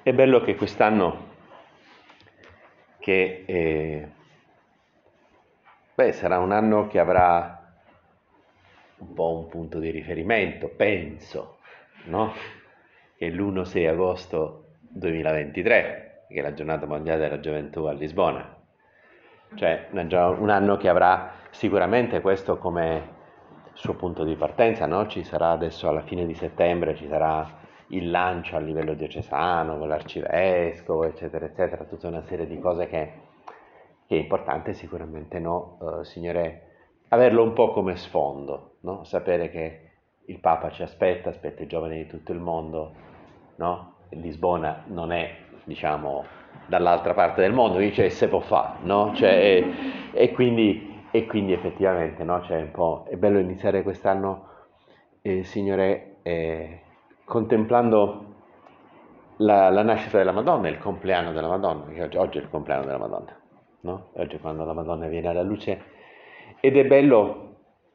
È bello che quest'anno, che sarà un anno che avrà un po' un punto di riferimento, penso, no? Che è l'1-6 agosto 2023, che è la giornata mondiale della gioventù a Lisbona. Cioè un anno che avrà sicuramente questo come suo punto di partenza, no? Ci sarà adesso alla fine di settembre, ci sarà il lancio a livello diocesano, con l'arcivescovo, eccetera, eccetera, tutta una serie di cose che è importante sicuramente, no, Signore, averlo un po' come sfondo, no? Sapere che il Papa ci aspetta i giovani di tutto il mondo, no? Lisbona non è, diciamo, dall'altra parte del mondo, dice se può fare, no? Cioè, e quindi effettivamente, no? Cioè, un po', è bello iniziare quest'anno, Signore, contemplando la nascita della Madonna, il compleanno della Madonna, perché oggi è il compleanno della Madonna, no? Oggi è quando la Madonna viene alla luce, ed è bello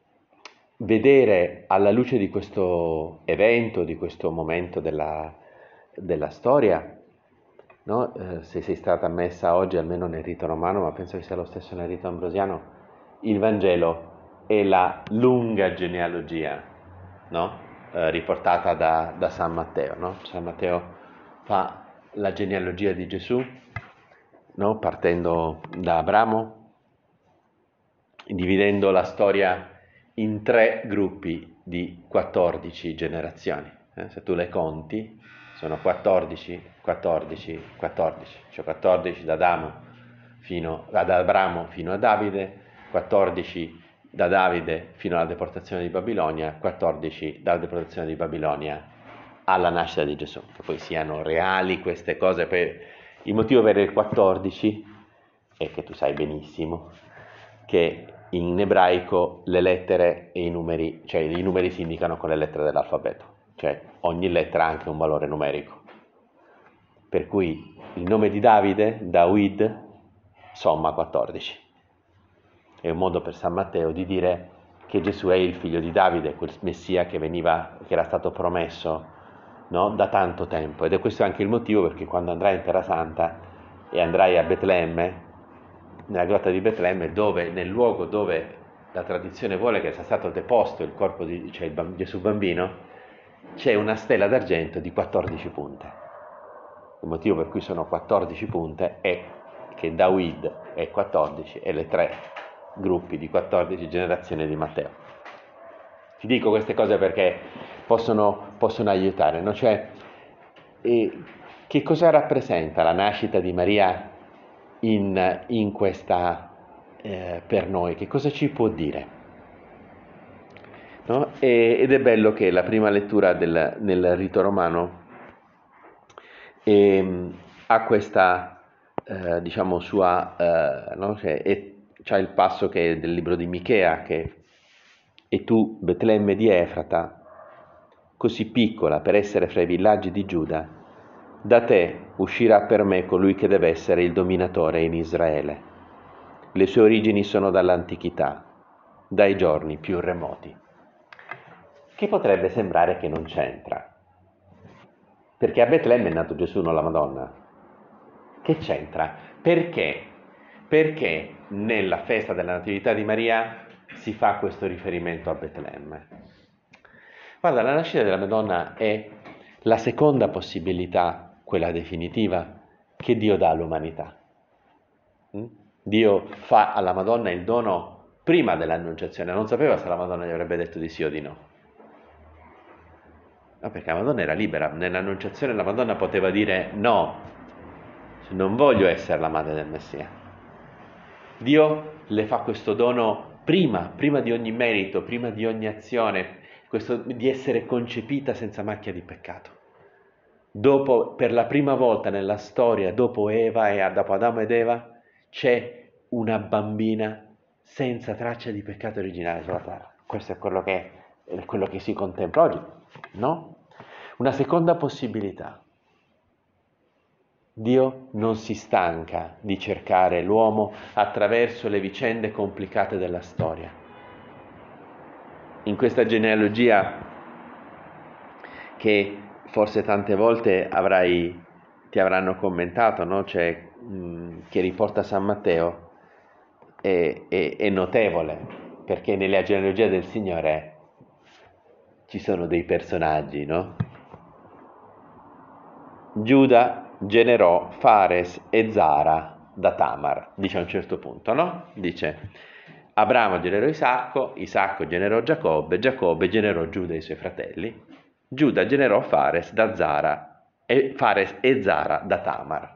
vedere alla luce di questo evento, di questo momento della storia, no? Se sei stata ammessa oggi, almeno nel rito romano, ma penso che sia lo stesso nel rito ambrosiano, il Vangelo è la lunga genealogia, no? Riportata da San Matteo, no? San Matteo fa la genealogia di Gesù, no? Partendo da Abramo, dividendo la storia in 3 gruppi di 14 generazioni. Se tu le conti, sono 14, 14, 14, cioè 14 da Abramo fino a Davide, 14 da Davide fino alla deportazione di Babilonia, 14 dalla deportazione di Babilonia alla nascita di Gesù. Che poi siano reali queste cose, il motivo per il 14 è che tu sai benissimo che in ebraico le lettere e i numeri, cioè i numeri si indicano con le lettere dell'alfabeto, cioè ogni lettera ha anche un valore numerico. Per cui il nome di Davide, David, somma 14. È un modo per San Matteo di dire che Gesù è il figlio di Davide, quel Messia che era stato promesso, no, da tanto tempo. Ed è questo anche il motivo perché quando andrai in Terra Santa e andrai a Betlemme, nella grotta di Betlemme, nel luogo dove la tradizione vuole che sia stato deposto il corpo di Gesù bambino, c'è una stella d'argento di 14 punte. Il motivo per cui sono 14 punte è che David è 14 e le 3 gruppi di 14 generazioni di Matteo. Ti dico queste cose perché possono aiutare, no? Cioè, che cosa rappresenta la nascita di Maria in questa per noi? Che cosa ci può dire? No? Ed è bello che la prima lettura nel rito romano ha questa, diciamo, sua, no? Cioè, c'ha il passo che è del libro di Michea, che e tu, Betlemme di Efrata, così piccola per essere fra i villaggi di Giuda, da te uscirà per me colui che deve essere il dominatore in Israele. Le sue origini sono dall'antichità, dai giorni più remoti. Che potrebbe sembrare che non c'entra, perché a Betlemme è nato Gesù, non la Madonna. Che c'entra? Perché? Perché nella festa della Natività di Maria si fa questo riferimento a Betlemme. Guarda, la nascita della Madonna è la seconda possibilità, quella definitiva, che Dio dà all'umanità. Dio fa alla Madonna il dono prima dell'annunciazione, non sapeva se la Madonna gli avrebbe detto di sì o di no. No, perché la Madonna era libera, nell'annunciazione la Madonna poteva dire no, non voglio essere la madre del Messia. Dio le fa questo dono prima di ogni merito, prima di ogni azione, questo di essere concepita senza macchia di peccato. Dopo, per la prima volta nella storia, dopo Adamo ed Eva, c'è una bambina senza traccia di peccato originale sulla terra. Questo è quello che si contempla oggi, no? Una seconda possibilità. Dio non si stanca di cercare l'uomo attraverso le vicende complicate della storia. In questa genealogia che forse tante volte avrai ti avranno commentato, no? Cioè, che riporta San Matteo, è notevole, perché nella genealogia del Signore ci sono dei personaggi, no? Giuda generò Fares e Zara da Tamar, dice a un certo punto, no? Dice, Abramo generò Isacco, Isacco generò Giacobbe, Giacobbe generò Giuda e i suoi fratelli, Giuda generò Fares da Zara, e Fares e Zara da Tamar.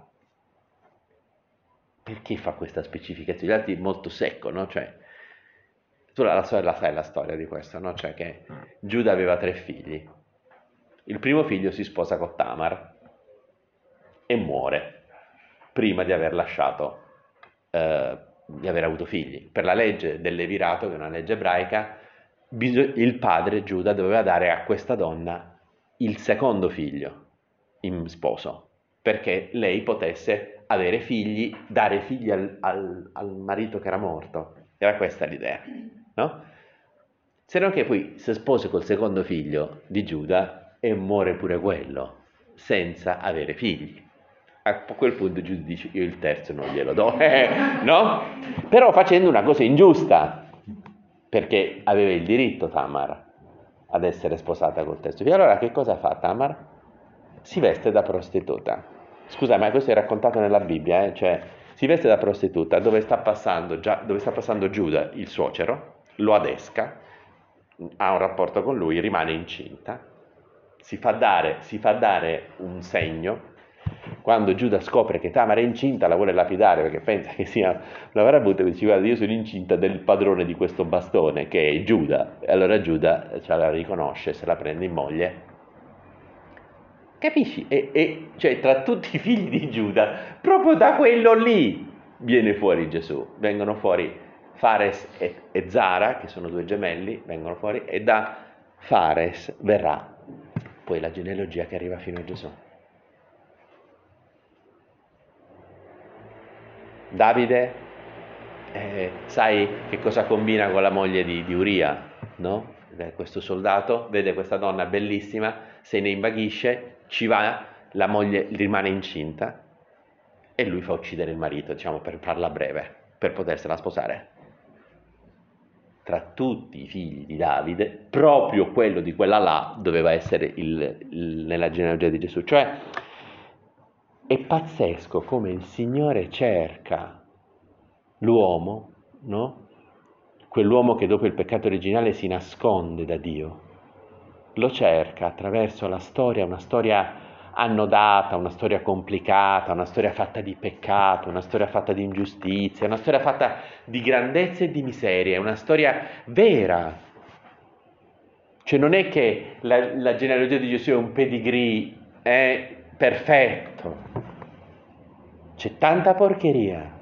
Perché fa questa specificazione? Gli altri molto secco, no? Cioè, tu la sai la storia di questo, no? Cioè che Giuda aveva 3 figli. Il primo figlio si sposa con Tamar e muore prima di aver lasciato, di aver avuto figli. Per la legge del Levirato, che è una legge ebraica, il padre Giuda doveva dare a questa donna il secondo figlio in sposo, perché lei potesse avere figli, dare figli al marito che era morto. Era questa l'idea, no? Se non che poi si sposa col secondo figlio di Giuda e muore pure quello, senza avere figli. A quel punto Giuda dice, io il terzo non glielo do, no? Però facendo una cosa ingiusta, perché aveva il diritto Tamar ad essere sposata col terzo figlio. Allora che cosa fa Tamar? Si veste da prostituta. Scusa, ma questo è raccontato nella Bibbia, cioè si veste da prostituta dove sta passando Giuda, il suocero, lo adesca, ha un rapporto con lui, rimane incinta, si fa dare un segno. Quando Giuda scopre che Tamar è incinta, la vuole lapidare perché pensa che sia una marabutta, e dice, guarda, io sono incinta del padrone di questo bastone, che è Giuda. E allora Giuda la riconosce, se la prende in moglie. Capisci? Cioè, tra tutti i figli di Giuda, proprio da quello lì viene fuori Gesù. Vengono fuori Fares e Zara, che sono 2 gemelli, vengono fuori, e da Fares verrà poi la genealogia che arriva fino a Gesù. Davide, sai che cosa combina con la moglie di Uria, no? Questo soldato vede questa donna bellissima, se ne invaghisce, ci va, la moglie rimane incinta e lui fa uccidere il marito, diciamo, per farla breve, per potersela sposare. Tra tutti i figli di Davide, proprio quello di quella là doveva essere nella genealogia di Gesù. Cioè, è pazzesco come il Signore cerca l'uomo, no? Quell'uomo che dopo il peccato originale si nasconde da Dio, lo cerca attraverso la storia, una storia annodata, una storia complicata, una storia fatta di peccato, una storia fatta di ingiustizia, una storia fatta di grandezza e di miseria, una storia vera. Cioè non è che la genealogia di Gesù è un pedigree, è perfetto, c'è tanta porcheria.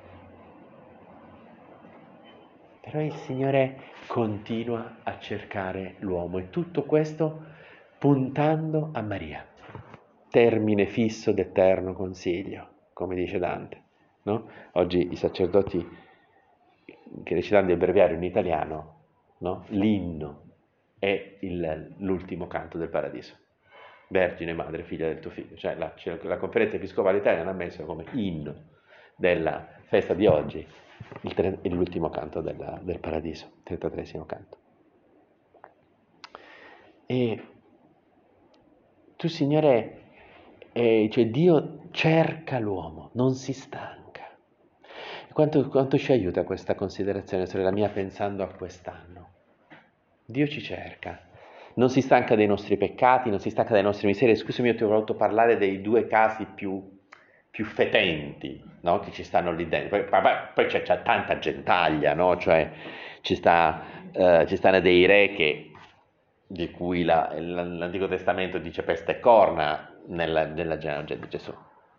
Però il Signore continua a cercare l'uomo e tutto questo puntando a Maria, termine fisso d'eterno consiglio, come dice Dante, no? Oggi i sacerdoti che recitando il breviario in italiano, no? L'inno è l'ultimo canto del paradiso. Vergine madre, figlia del tuo figlio. Cioè la conferenza episcopale italiana ha messo come inno della festa di oggi l'ultimo canto del paradiso, 33esimo canto. E tu, Signore, cioè Dio cerca l'uomo, non si stanca. Quanto ci aiuta questa considerazione, sorella mia, pensando a quest'anno? Dio ci cerca, non si stanca dei nostri peccati, non si stanca delle nostre miserie. Scusami, io ti ho voluto parlare dei 2 casi più fetenti, no? Che ci stanno lì dentro. Poi c'è tanta gentaglia, no? Cioè ci stanno dei re di cui l'Antico Testamento dice peste e corna nella genealogia di Gesù.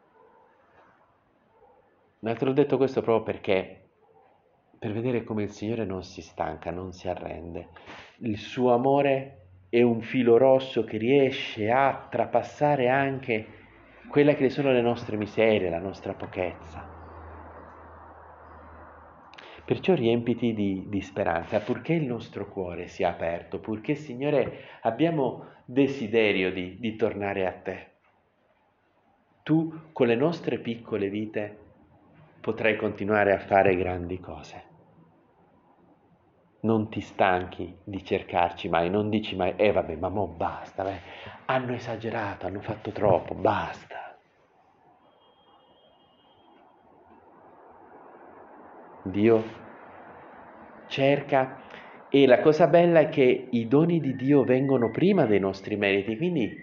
Ma te l'ho detto questo proprio perché per vedere come il Signore non si stanca, non si arrende. Il suo amore è un filo rosso che riesce a trapassare anche quelle che sono le nostre miserie, la nostra pochezza. Perciò riempiti di speranza, purché il nostro cuore sia aperto, purché, Signore, abbiamo desiderio di tornare a Te. tu con le nostre piccole vite potrai continuare a fare grandi cose. Non ti stanchi di cercarci mai, non dici mai, vabbè, ma mo basta, hanno esagerato, hanno fatto troppo, basta. Dio cerca, e la cosa bella è che i doni di Dio vengono prima dei nostri meriti, quindi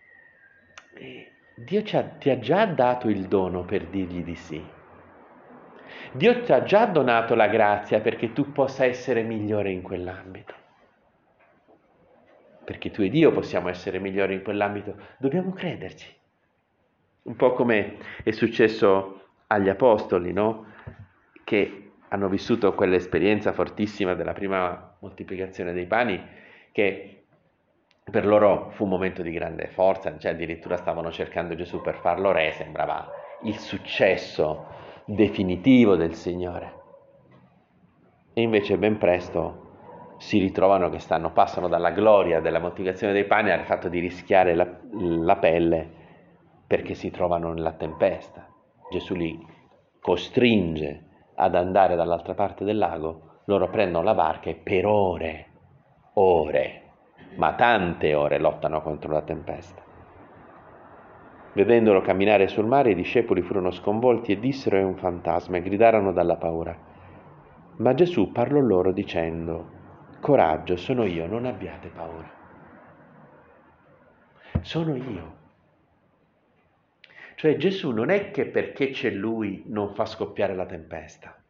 Dio ti ha già dato il dono per dirgli di sì. Dio ti ha già donato la grazia perché tu possa essere migliore in quell'ambito. Perché tu e Dio possiamo essere migliori in quell'ambito, dobbiamo crederci. Un po' come è successo agli apostoli, no? Che hanno vissuto quell'esperienza fortissima della prima moltiplicazione dei pani, che per loro fu un momento di grande forza, cioè addirittura stavano cercando Gesù per farlo re, sembrava il successo definitivo del Signore. E invece ben presto si ritrovano che passano dalla gloria della moltiplicazione dei pani al fatto di rischiare la pelle perché si trovano nella tempesta. Gesù li costringe ad andare dall'altra parte del lago, loro prendono la barca e per ore, ma tante ore lottano contro la tempesta. Vedendolo camminare sul mare, i discepoli furono sconvolti e dissero: è un fantasma, e gridarono dalla paura. Ma Gesù parlò loro dicendo: coraggio, sono io, non abbiate paura. Sono io. Cioè Gesù non è che perché c'è Lui non fa scoppiare la tempesta.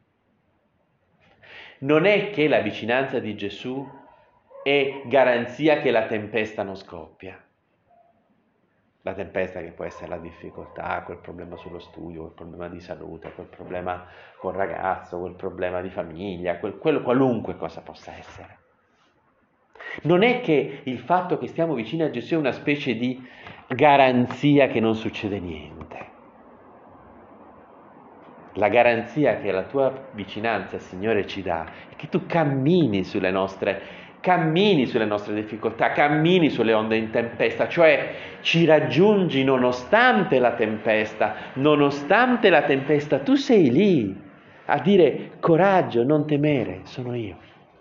Non è che la vicinanza di Gesù è garanzia che la tempesta non scoppia. La tempesta che può essere la difficoltà, quel problema sullo studio, quel problema di salute, quel problema col ragazzo, quel problema di famiglia, quello qualunque cosa possa essere. Non è che il fatto che stiamo vicini a Gesù è una specie di garanzia che non succede niente. La garanzia che la tua vicinanza, Signore, ci dà è che tu cammini sulle nostre difficoltà, cammini sulle onde in tempesta, cioè ci raggiungi nonostante la tempesta, tu sei lì a dire: coraggio, non temere, sono io.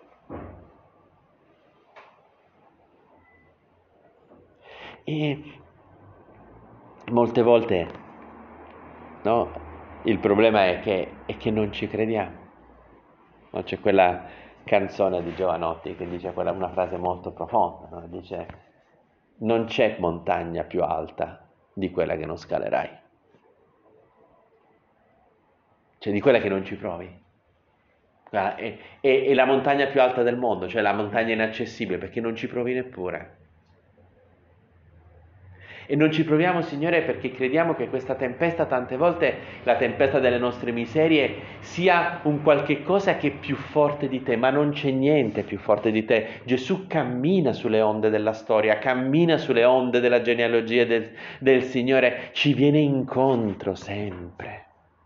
E molte volte, no, il problema è che non ci crediamo. No, c'è quella canzone di Giovanotti che dice una frase molto profonda, no? Dice: non c'è montagna più alta di quella che non scalerai, cioè di quella che non ci provi. È la montagna più alta del mondo, cioè la montagna inaccessibile, perché non ci provi neppure. E non ci proviamo, Signore, perché crediamo che questa tempesta, tante volte la tempesta delle nostre miserie, sia un qualche cosa che è più forte di te, ma non c'è niente più forte di te. Gesù cammina sulle onde della storia, cammina sulle onde della genealogia del Signore, ci viene incontro sempre.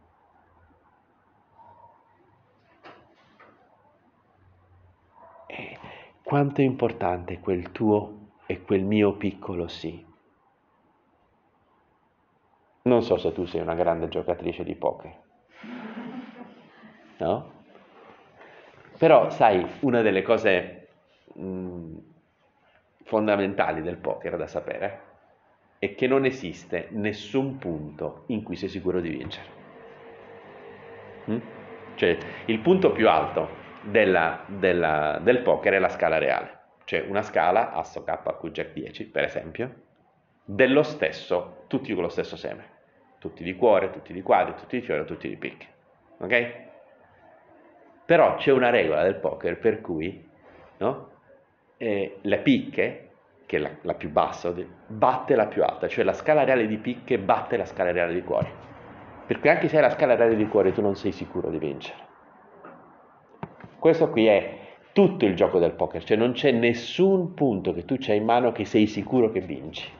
E quanto è importante quel tuo e quel mio piccolo sì. Non so se tu sei una grande giocatrice di poker, no? Però sai, una delle cose fondamentali del poker da sapere è che non esiste nessun punto in cui sei sicuro di vincere. Cioè, il punto più alto del poker è la scala reale. Cioè una scala, asso K, Q, Jack 10, per esempio, dello stesso, tutti con lo stesso seme. Tutti di cuore, tutti di quadri, tutti di fiore, tutti di picche. Ok? Però c'è una regola del poker per cui, no? Le picche, che è la più bassa, batte la più alta, cioè la scala reale di picche batte la scala reale di cuori. Per cui anche se hai la scala reale di cuori tu non sei sicuro di vincere. Questo qui è tutto il gioco del poker, cioè non c'è nessun punto che tu c'hai in mano che sei sicuro che vinci.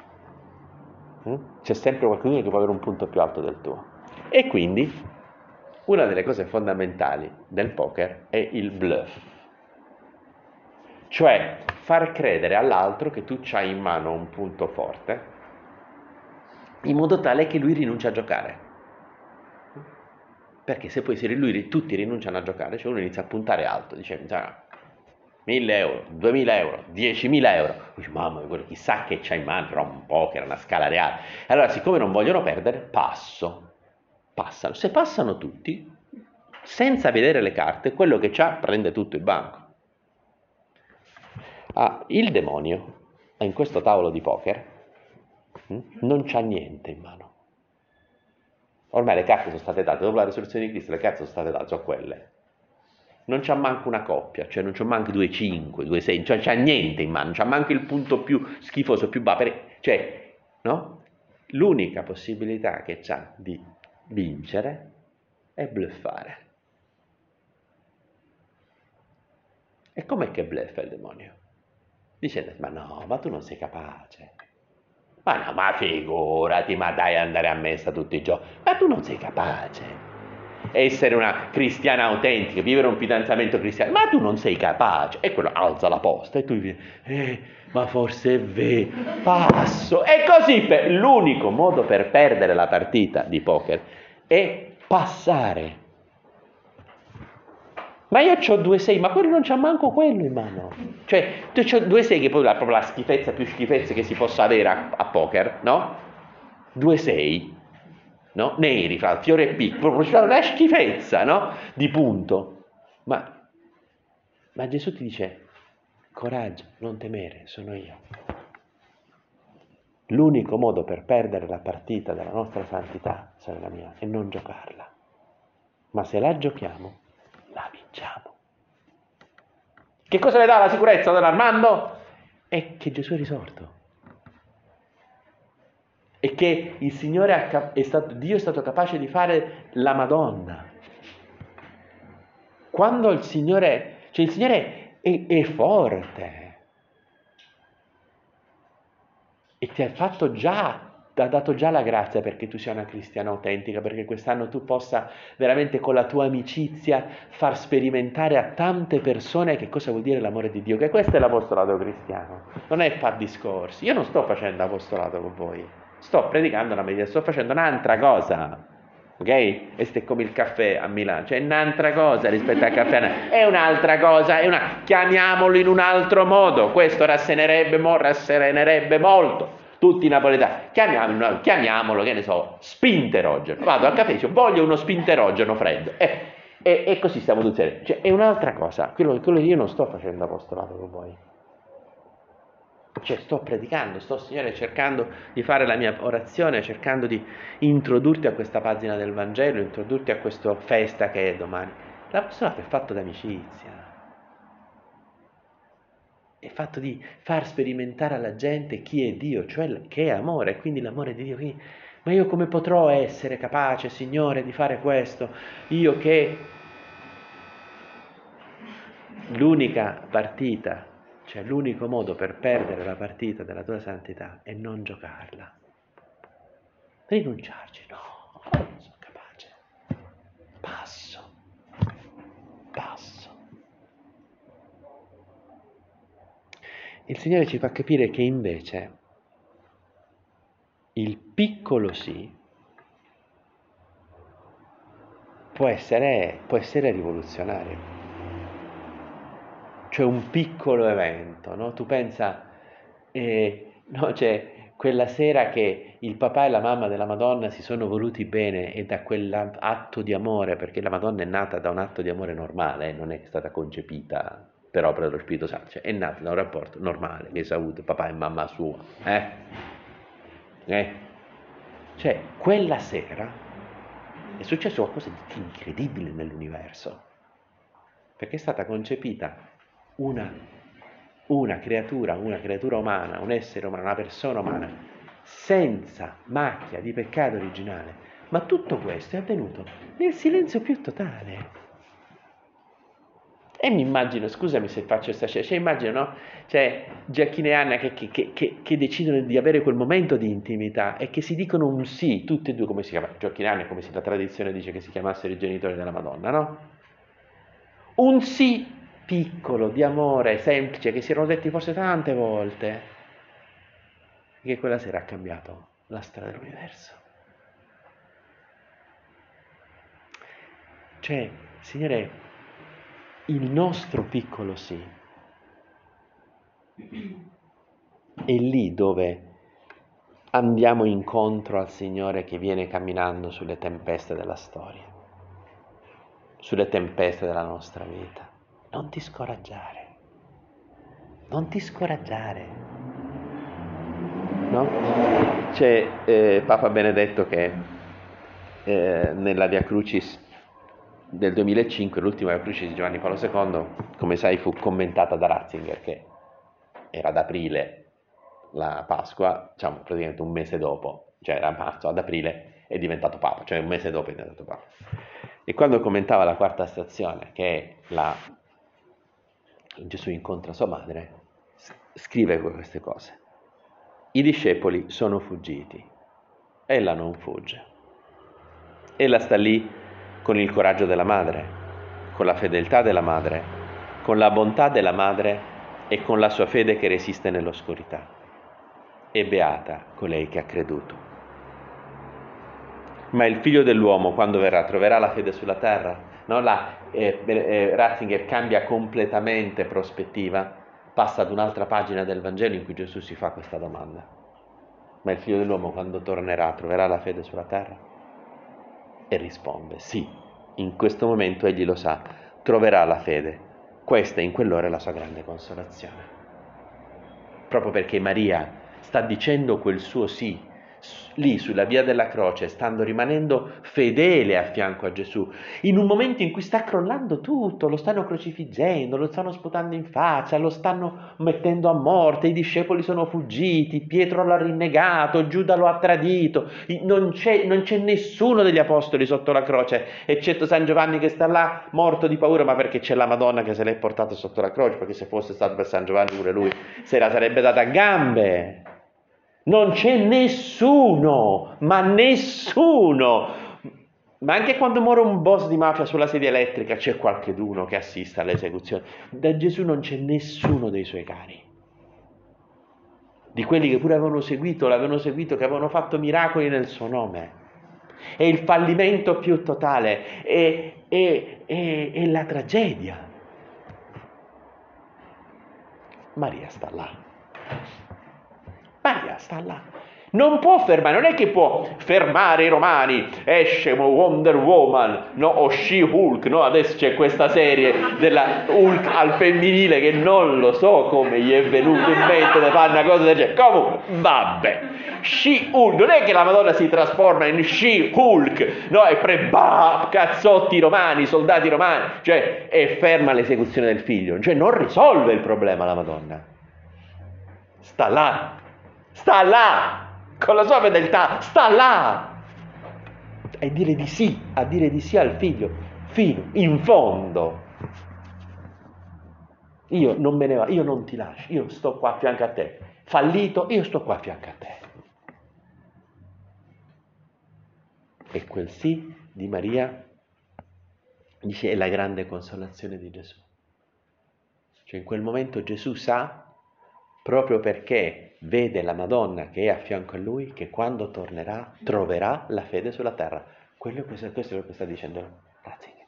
C'è sempre qualcuno che può avere un punto più alto del tuo. E quindi una delle cose fondamentali del poker è il bluff, cioè far credere all'altro che tu c'hai in mano un punto forte in modo tale che lui rinuncia a giocare. Perché se poi tutti rinunciano a giocare, cioè uno inizia a puntare alto, dice 1000 euro, 2000 euro, 10.000 euro, dice mamma mia, chissà che c'ha in mano, però un poker, una scala reale. Allora, siccome non vogliono perdere, passano. Se passano tutti, senza vedere le carte, quello che c'ha prende tutto il banco. Il demonio, in questo tavolo di poker, non c'ha niente in mano. Ormai le carte sono state date, dopo la risurrezione di Cristo le carte sono state date, sono quelle. Non c'ha manco una coppia, cioè non c'ha manco 2-5, 2-6, cioè c'ha niente in mano, non c'ha manco il punto più schifoso, più cioè, no? L'unica possibilità che c'ha di vincere è bluffare. E com'è che bluffa il demonio? Dice, ma no, ma tu non sei capace. Ma no, ma figurati, ma dai andare a messa tutti i giorni. Ma tu non sei capace. Essere una cristiana autentica, vivere un fidanzamento cristiano, ma tu non sei capace. E quello alza la posta e tu dici, ma forse è vero, passo. E così l'unico modo per perdere la partita di poker è passare. Ma io ho 2-6, ma quello non c'ha manco quello in mano. Cioè, tu c'ho 2-6 che poi è proprio la schifezza più schifezza che si possa avere a poker, no? 2-6, no? Neri, fra fiore e picco, proprio una schifezza, no? Di punto. Ma Gesù ti dice, coraggio, non temere, sono io. L'unico modo per perdere la partita della nostra santità, sorella mia, è non giocarla. Ma se la giochiamo, la vinciamo. Che cosa le dà la sicurezza, don Armando? È che Gesù è risorto. E che il Signore Dio è stato capace di fare la Madonna. Quando il Signore è forte e ti ha dato già la grazia perché tu sia una cristiana autentica, perché quest'anno tu possa veramente con la tua amicizia far sperimentare a tante persone che cosa vuol dire l'amore di Dio, che questo è l'apostolato cristiano, non è far discorsi. Io non sto facendo apostolato con voi, sto predicando la meditazione, sto facendo un'altra cosa, ok? Questo è come il caffè a Milano, cioè è un'altra cosa rispetto al caffè a Napoli, è un'altra cosa, chiamiamolo in un altro modo, questo rasserenerebbe molto tutti i napoletani, chiamiamolo, che ne so, spinterogeno. Vado al caffè e dico, voglio uno spinterogeno freddo. E così stiamo tutti sereni. Cioè, è un'altra cosa. Quello che io non sto facendo apostolato con voi. Cioè, sto predicando, Signore, cercando di fare la mia orazione, cercando di introdurti a questa pagina del Vangelo, introdurti a questa festa che è domani. L'apostolato è fatto d'amicizia. È fatto di far sperimentare alla gente chi è Dio, cioè che è amore, quindi l'amore di Dio. Quindi, ma io come potrò essere capace, Signore, di fare questo? Io che l'unica partita, cioè l'unico modo per perdere la partita della tua santità è non giocarla. Rinunciarci, no, non sono capace. Passo. Il Signore ci fa capire che invece il piccolo sì può essere rivoluzionario. Cioè un piccolo evento, no? Tu pensa, no, cioè, quella sera che il papà e la mamma della Madonna si sono voluti bene e da quell'atto di amore, perché la Madonna è nata da un atto di amore normale, non è stata concepita per opera dello Spirito Santo, cioè è nata da un rapporto normale che si ha avuto papà e mamma sua, Cioè, quella sera è successo qualcosa di incredibile nell'universo, perché è stata concepita una creatura umana, un essere umano, una persona umana, senza macchia di peccato originale. Ma tutto questo è avvenuto nel silenzio più totale. E mi immagino, scusami se faccio questa scena, immagino, no? Cioè, Giacchino e Anna che decidono di avere quel momento di intimità e che si dicono un sì, tutti e due, come si chiama? Giacchino e Anna, come la tradizione dice che si chiamassero i genitori della Madonna, no? Un sì piccolo, di amore, semplice, che si erano detti forse tante volte, che quella sera ha cambiato la storia dell'universo. Cioè, Signore, il nostro piccolo sì è lì dove andiamo incontro al Signore che viene camminando sulle tempeste della storia, sulle tempeste della nostra vita. Non ti scoraggiare, non ti scoraggiare, no? C'è Papa Benedetto che nella Via Crucis del 2005, l'ultima Via Crucis di Giovanni Paolo II, come sai, fu commentata da Ratzinger, che era ad aprile la Pasqua, diciamo praticamente un mese dopo, cioè era marzo, ad aprile è diventato Papa, cioè un mese dopo è diventato Papa. E quando commentava la quarta stazione, che è Gesù incontra sua madre, scrive queste cose. I discepoli sono fuggiti, ella non fugge. Ella sta lì con il coraggio della madre, con la fedeltà della madre, con la bontà della madre e con la sua fede che resiste nell'oscurità. È beata colei che ha creduto. Ma il figlio dell'uomo, quando verrà, troverà la fede sulla terra? No? Ratzinger cambia completamente prospettiva, passa ad un'altra pagina del Vangelo in cui Gesù si fa questa domanda. Ma il figlio dell'uomo, quando tornerà, troverà la fede sulla terra? E risponde, sì, in questo momento egli lo sa, troverà la fede. Questa in quell'ora è la sua grande consolazione. Proprio perché Maria sta dicendo quel suo sì, lì sulla via della croce, rimanendo fedele a fianco a Gesù, in un momento in cui sta crollando tutto, lo stanno crocifiggendo, lo stanno sputando in faccia, lo stanno mettendo a morte, i discepoli sono fuggiti, Pietro l'ha rinnegato, Giuda lo ha tradito, non c'è nessuno degli apostoli sotto la croce, eccetto San Giovanni che sta là morto di paura, ma perché c'è la Madonna che se l'è portato sotto la croce, perché se fosse stato per San Giovanni pure lui se la sarebbe data a gambe. Non c'è nessuno, ma nessuno. Ma anche quando muore un boss di mafia sulla sedia elettrica c'è qualcheduno che assista all'esecuzione. Da Gesù non c'è nessuno dei suoi cari. Di quelli che pure l'avevano seguito, che avevano fatto miracoli nel suo nome. È il fallimento più totale, è la tragedia. Maria sta là. Maria sta là. Non può fermare, non è che può fermare i romani, esce Wonder Woman, no, o She-Hulk, no? Adesso c'è questa serie della Hulk al femminile che non lo so come gli è venuto in mente di fare una cosa del genere. Comunque, vabbè, She-Hulk, non è che la Madonna si trasforma in She-Hulk, no? E cazzotti romani, soldati romani, cioè, e ferma l'esecuzione del figlio, cioè non risolve il problema la Madonna. Sta là, con la sua fedeltà, sta là, a dire di sì al figlio, fino, in fondo. Io non me ne vado, io non ti lascio, io sto qua a fianco a te. Fallito, io sto qua a fianco a te. E quel sì di Maria, dice, è la grande consolazione di Gesù. Cioè in quel momento Gesù sa, proprio perché vede la Madonna che è a fianco a lui, che quando tornerà troverà la fede sulla terra. Questo è quello che sta dicendo Ratzinger.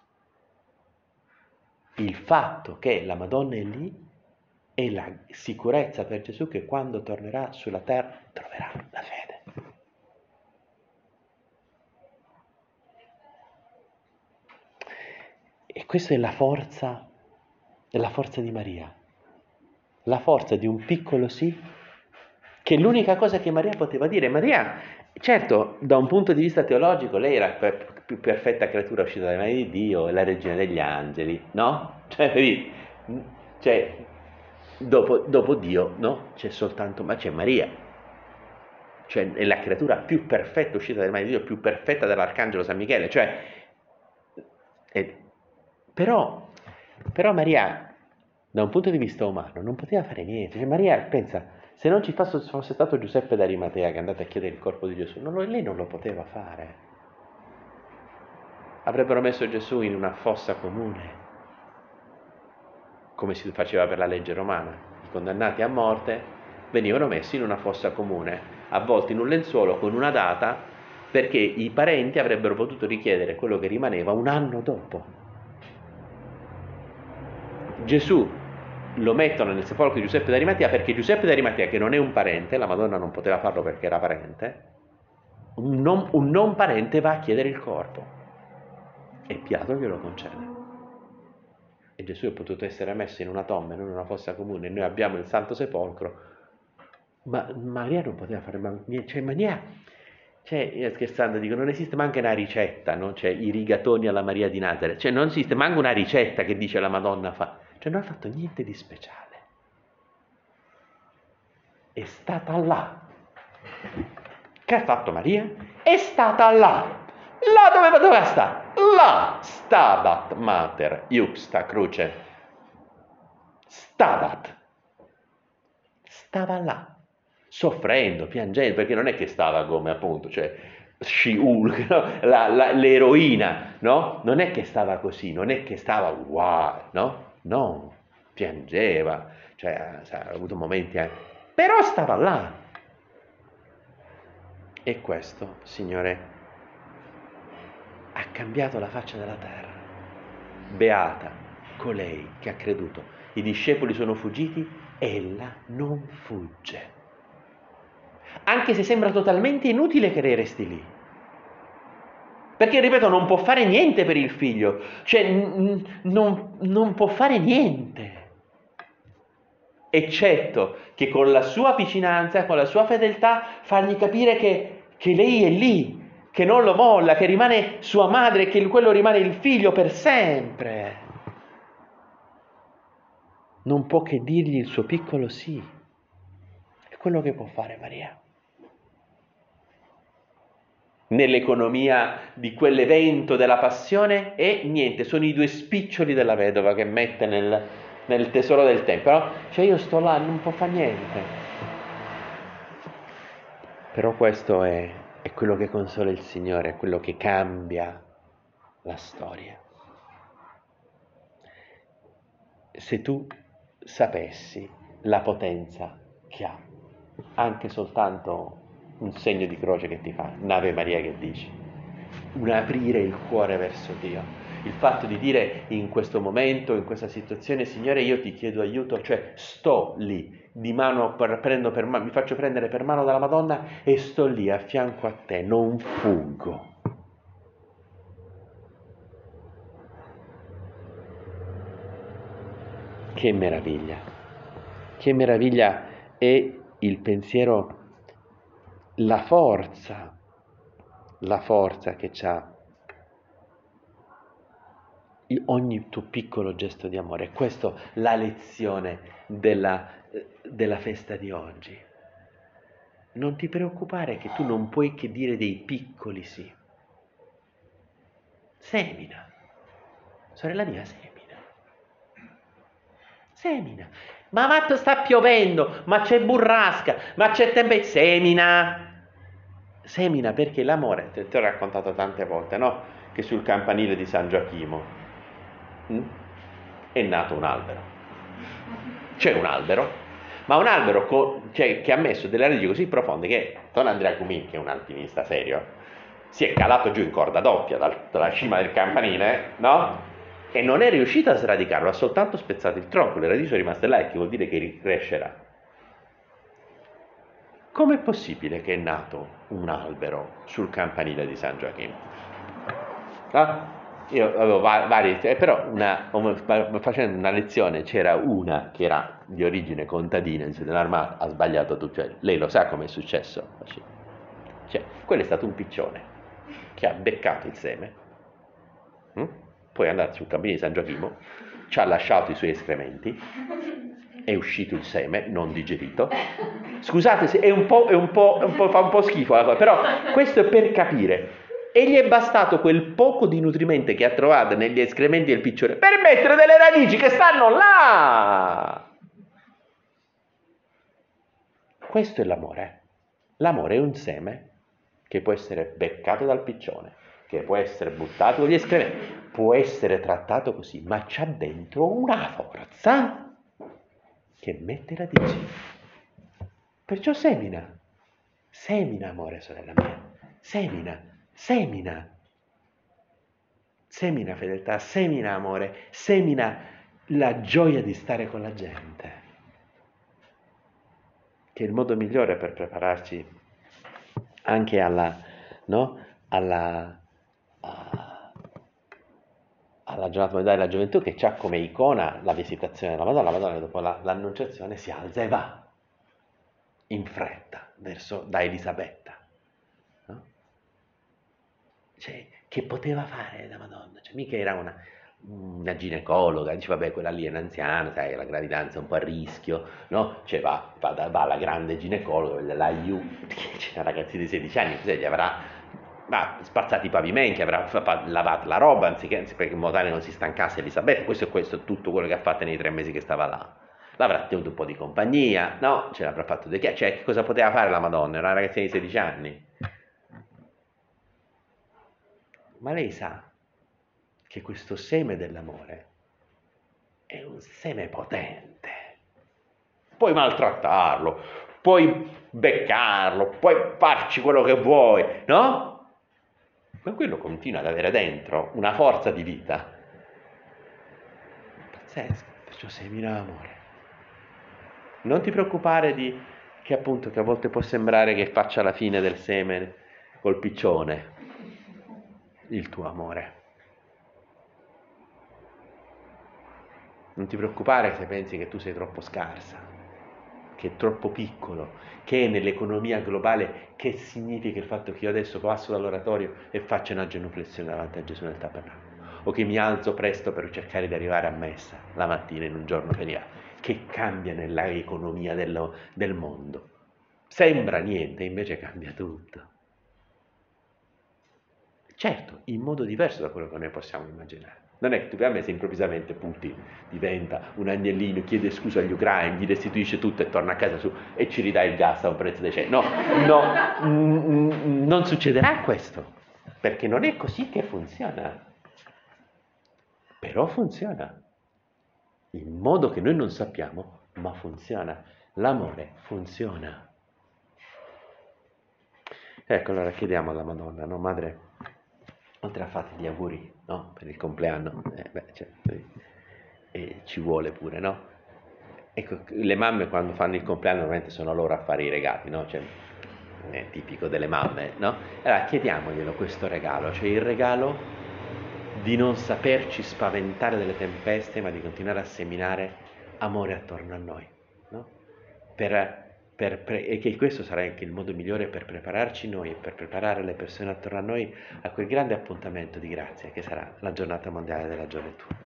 Il fatto che la Madonna è lì è la sicurezza per Gesù che quando tornerà sulla terra troverà la fede. E questa è la forza di Maria, la forza di un piccolo sì, che è l'unica cosa che Maria poteva dire. Maria, certo, da un punto di vista teologico, lei era la più perfetta creatura uscita dalle mani di Dio, la regina degli angeli, no? Cioè dopo Dio, no? C'è soltanto, ma c'è Maria, cioè è la creatura più perfetta uscita dalle mani di Dio, più perfetta dell'arcangelo San Michele, cioè, però Maria, da un punto di vista umano, non poteva fare niente. Cioè, Maria, pensa, se non ci fosse stato Giuseppe d'Arimatea che è andato a chiedere il corpo di Gesù, lei non lo poteva fare. Avrebbero messo Gesù in una fossa comune, come si faceva per la legge romana. I condannati a morte venivano messi in una fossa comune. avvolto in un lenzuolo con una data, perché i parenti avrebbero potuto richiedere quello che rimaneva un anno dopo. Gesù lo mettono nel sepolcro di Giuseppe d'Arimatea perché Giuseppe d'Arimatea, che non è un parente, la Madonna non poteva farlo perché era parente, un non parente va a chiedere il corpo e Pilato glielo concede. E Gesù è potuto essere messo in una tomba, non in una fossa comune, noi abbiamo il Santo Sepolcro, ma Maria non poteva fare niente, cioè Maria, io scherzando dico, non esiste manco una ricetta, no? Cioè i rigatoni alla Maria di Nazareth, cioè non esiste manco una ricetta che dice la Madonna fa, cioè non ha fatto niente di speciale. È stata là. Che ha fatto Maria? È stata là. Là doveva stare. Là stabat mater iuxta cruce. Stabat. Stava là, soffrendo, piangendo, perché non è che stava come appunto, cioè She-Hulk, no? L'eroina, no? Non è che stava così, non è che stava wow, no? No, piangeva, cioè ha avuto momenti anche, però stava là. E questo, Signore, ha cambiato la faccia della terra. Beata colei che ha creduto. I discepoli sono fuggiti, ella non fugge. Anche se sembra totalmente inutile che lei resti lì. Perché, ripeto, non può fare niente per il figlio. Cioè, non può fare niente. Eccetto che con la sua vicinanza, con la sua fedeltà, fargli capire che lei è lì, che non lo molla, che rimane sua madre, che quello rimane il figlio per sempre. Non può che dirgli il suo piccolo sì. È quello che può fare Maria. Nell'economia di quell'evento della passione e niente, sono i due spiccioli della vedova che mette nel tesoro del tempo, no? Cioè io sto là, non può fare niente. Però questo è quello che consola il Signore, è quello che cambia la storia. Se tu sapessi la potenza che ha, anche soltanto un segno di croce che ti fa, un'Ave Maria che dici, un aprire il cuore verso Dio, il fatto di dire in questo momento, in questa situazione, Signore, io ti chiedo aiuto, cioè sto lì, di mano mi faccio prendere per mano dalla Madonna e sto lì a fianco a te, non fuggo. Che meraviglia è il pensiero, la forza che c'ha ogni tuo piccolo gesto di amore. Questo la lezione della festa di oggi. Non ti preoccupare che tu non puoi che dire dei piccoli sì. Semina, sorella mia, semina. Ma Matto sta piovendo, ma c'è burrasca, ma c'è semina perché l'amore, te ho raccontato tante volte, no? Che sul campanile di San Gioacchino è nato un albero. C'è un albero, ma un albero che ha messo delle radici così profonde che Don Andrea Cumin, che è un alpinista serio, si è calato giù in corda doppia dalla cima del campanile, no? E non è riuscito a sradicarlo, ha soltanto spezzato il tronco, le radici sono rimaste là, e che vuol dire che ricrescerà. Com'è possibile che è nato un albero sul campanile di San Gioacchino? Io avevo vari, però facendo una lezione c'era una che era di origine contadina, dell'armata, ha sbagliato tutto, cioè, lei lo sa come è successo? Cioè, quello è stato un piccione che ha beccato il seme, poi è andato sul campanile di San Gioacchino, ci ha lasciato i suoi escrementi, è uscito il seme non digerito. Scusate se fa un po' schifo la cosa, però questo è per capire. E gli è bastato quel poco di nutrimento che ha trovato negli escrementi del piccione per mettere delle radici che stanno là. Questo è l'amore. L'amore è un seme che può essere beccato dal piccione, che può essere buttato con gli escrementi, può essere trattato così, ma c'ha dentro una forza che mette radici. Perciò semina. Semina amore, sorella mia, semina fedeltà, semina amore, semina la gioia di stare con la gente, che è il modo migliore per prepararci anche alla giornata mondiale della gioventù, che ha come icona la visitazione della Madonna. La Madonna dopo l'annunciazione si alza e va in fretta da Elisabetta, no? Cioè, che poteva fare la Madonna? Cioè, mica era una ginecologa, dice vabbè, quella lì è un'anziana, sai, la gravidanza è un po' a rischio, no? Cioè va alla grande ginecologa, c'è una ragazza di 16 anni, cos'è, gli avrà spazzato i pavimenti, avrà lavato la roba, anziché in modo tale non si stancasse Elisabetta. Questo è tutto quello che ha fatto nei 3 mesi che stava là. L'avrà tenuto un po' di compagnia, no? Ce l'avrà fatto due chiacchiere. Cioè, che cosa poteva fare la Madonna? Era una ragazzina di 16 anni. Ma lei sa che questo seme dell'amore è un seme potente. Puoi maltrattarlo, puoi beccarlo, puoi farci quello che vuoi, no? Ma quello continua ad avere dentro una forza di vita pazzesca, perciò semina amore. Non ti preoccupare che appunto che a volte può sembrare che faccia la fine del seme col piccione, il tuo amore. Non ti preoccupare se pensi che tu sei troppo scarsa, che è troppo piccolo, che nell'economia globale che significa il fatto che io adesso passo dall'oratorio e faccio una genuflessione davanti a Gesù nel tabernacolo, o che mi alzo presto per cercare di arrivare a messa la mattina in un giorno feriale, che cambia nella economia del mondo. Sembra niente, invece cambia tutto. Certo, in modo diverso da quello che noi possiamo immaginare. Non è che tu per me se improvvisamente Putin diventa un agnellino, chiede scusa agli ucraini, gli restituisce tutto e torna a casa su e ci ridà il gas a un prezzo decente. No, non succederà questo, perché non è così che funziona. Però funziona, in modo che noi non sappiamo, ma funziona. L'amore funziona. Ecco, allora chiediamo alla Madonna, no, Madre, oltre a farti gli auguri, no, per il compleanno, ci vuole pure, no? Ecco, le mamme quando fanno il compleanno normalmente sono loro a fare i regali, no? Cioè, è tipico delle mamme, no? Allora chiediamoglielo questo regalo, cioè il regalo di non saperci spaventare delle tempeste, ma di continuare a seminare amore attorno a noi, no? E che questo sarà anche il modo migliore per prepararci noi e per preparare le persone attorno a noi a quel grande appuntamento di grazia che sarà la giornata mondiale della gioventù.